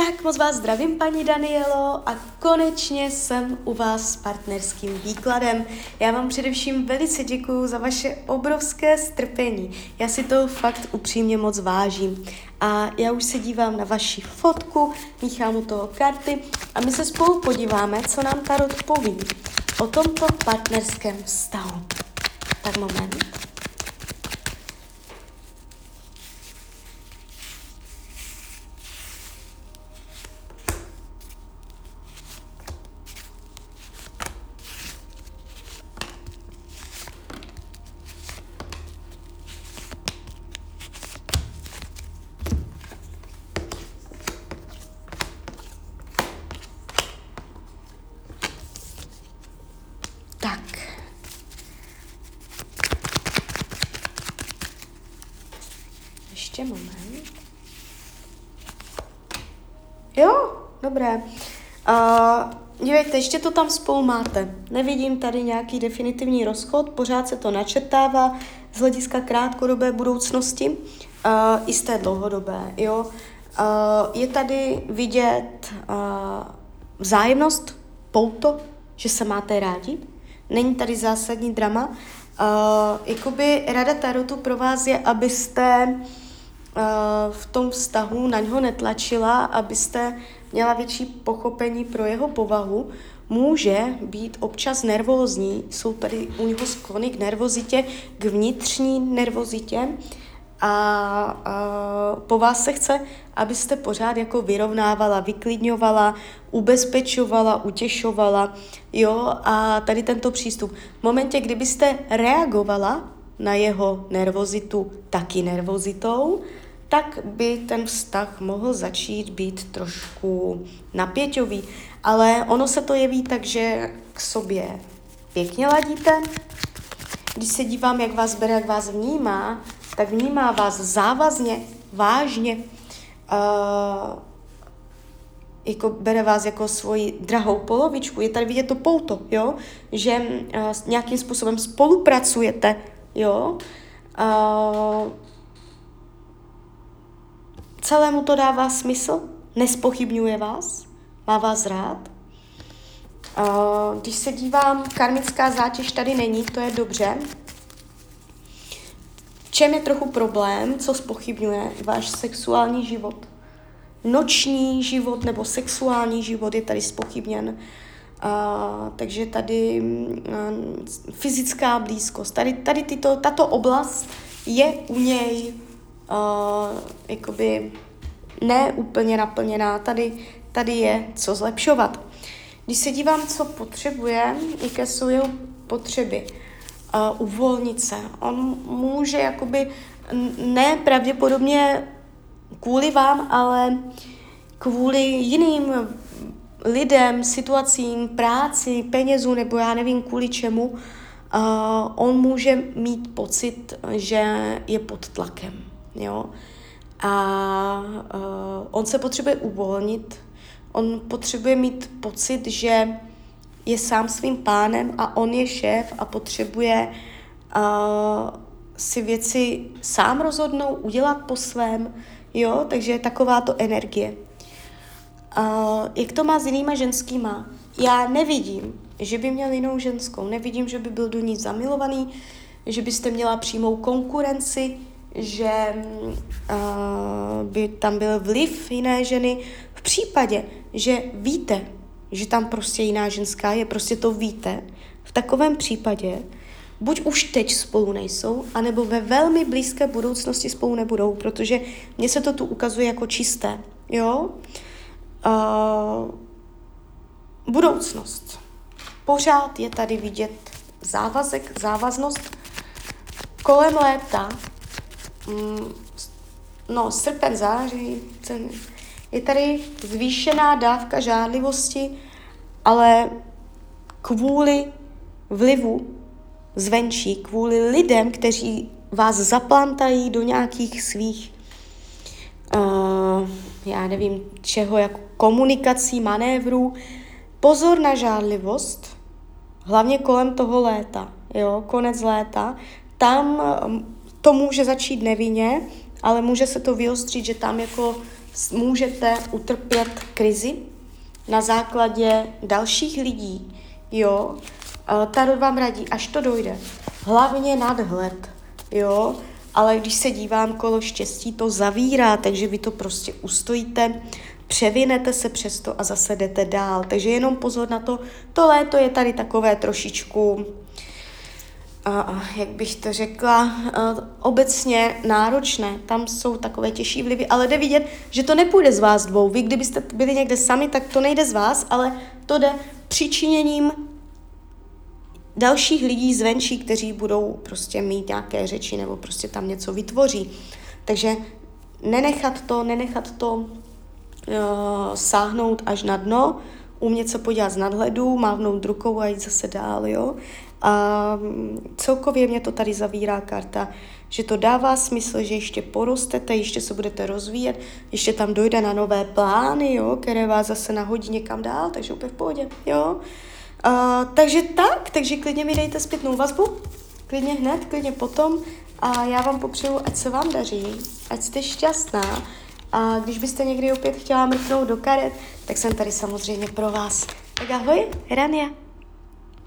Tak moc vás zdravím, paní Danielo, a konečně jsem u vás s partnerským výkladem. Já vám především velice děkuju za vaše obrovské strpení. Já si toho fakt upřímně moc vážím. A já už se dívám na vaši fotku, míchám u toho karty a my se spolu podíváme, co nám tarot poví o tomto partnerském vztahu. Tak moment. Tak. Ještě moment. Jo, dobré. Dívejte, ještě to tam spolu máte. Nevidím tady nějaký definitivní rozchod, pořád se to načrtává z hlediska krátkodobé budoucnosti i z té dlouhodobé. Jo. Je tady vidět vzájemnost, pouto, že se máte rádi. Není tady zásadní drama. Jakoby rada tarotu pro vás je, abyste v tom vztahu na něho netlačila, abyste měla větší pochopení pro jeho povahu. Může být občas nervózní, jsou tady u něho sklony k nervozitě, k vnitřní nervozitě a po vás se chce, abyste pořád jako vyrovnávala, vyklidňovala, ubezpečovala, utěšovala, jo, a tady tento přístup. V momentě, kdybyste reagovala na jeho nervozitu taky nervozitou, tak by ten vztah mohl začít být trošku napěťový. Ale ono se to jeví tak, že k sobě pěkně ladíte. Když se dívám, jak vás bere, jak vás vnímá, tak vnímá vás závazně, vážně, jako bere vás jako svoji drahou polovičku. Je tady vidět to pouto, jo? Že nějakým způsobem spolupracujete, jo? Celému to dává smysl, nespochybňuje vás, má vás rád. Když se dívám, karmická zátěž tady není, to je dobře. V čem je trochu problém, co zpochybňuje váš sexuální život? Noční život nebo sexuální život je tady zpochybněn. Takže tady fyzická blízkost. Tato oblast je u něj jakoby ne úplně naplněná. Tady je co zlepšovat. Když se dívám, co potřebuje, jaké jsou jeho potřeby, uvolnit se. On může jakoby ne pravděpodobně kvůli vám, ale kvůli jiným lidem, situacím, práci, penězům nebo já nevím kvůli čemu, on může mít pocit, že je pod tlakem. Jo? A on se potřebuje uvolnit, on potřebuje mít pocit, že je sám svým pánem a on je šéf a potřebuje si věci sám rozhodnout, udělat po svém, jo, takže je takováto energie. Jak to má s jinýma ženskýma? Já nevidím, že by měl jinou ženskou, nevidím, že by byl do ní zamilovaný, že byste měla přímou konkurenci, že by tam byl vliv jiné ženy. V případě, že víte, že tam prostě jiná ženská je, prostě to víte, v takovém případě buď už teď spolu nejsou, anebo ve velmi blízké budoucnosti spolu nebudou, protože mně se to tu ukazuje jako čisté. Jo? Budoucnost. Pořád je tady vidět závazek, závaznost. Kolem léta, srpen, září, je tady zvýšená dávka žádlivosti, ale kvůli vlivu zvenčí, kvůli lidem, kteří vás zaplantají do nějakých svých, já nevím čeho, jako komunikací, manévrů. Pozor na žádlivost, hlavně kolem toho léta, jo, konec léta. Tam to může začít nevinně, ale může se to vyostřit, že tam jako můžete utrpět krizi na základě dalších lidí, jo. Tarot vám radí, až to dojde. Hlavně nadhled, jo. Ale když se dívám, kolo štěstí to zavírá, takže vy to prostě ustojíte, převinete se přes to a zase jdete dál. Takže jenom pozor na to, to léto je tady takové trošičku, jak bych to řekla, obecně náročné. Tam jsou takové těžší vlivy, ale jde vidět, že to nepůjde z vás dvou. Vy, kdybyste byli někde sami, tak to nejde z vás, ale to jde přičiněním dalších lidí zvenčí, kteří budou prostě mít nějaké řeči nebo prostě tam něco vytvoří. Takže nenechat to sáhnout až na dno, umět se podívat z nadhledu, mávnout rukou a jít zase dál, jo. A celkově mě to tady zavírá karta, že to dává smysl, že ještě porostete, ještě se budete rozvíjet, ještě tam dojde na nové plány, jo, které vás zase nahodí někam dál, takže úplně v pohodě, jo. Takže klidně mi dejte zpětnou vazbu, klidně hned, klidně potom a já vám popřeju, ať se vám daří, ať jste šťastná a když byste někdy opět chtěla mrknout do karet, tak jsem tady samozřejmě pro vás. Tak ahoj, Rania.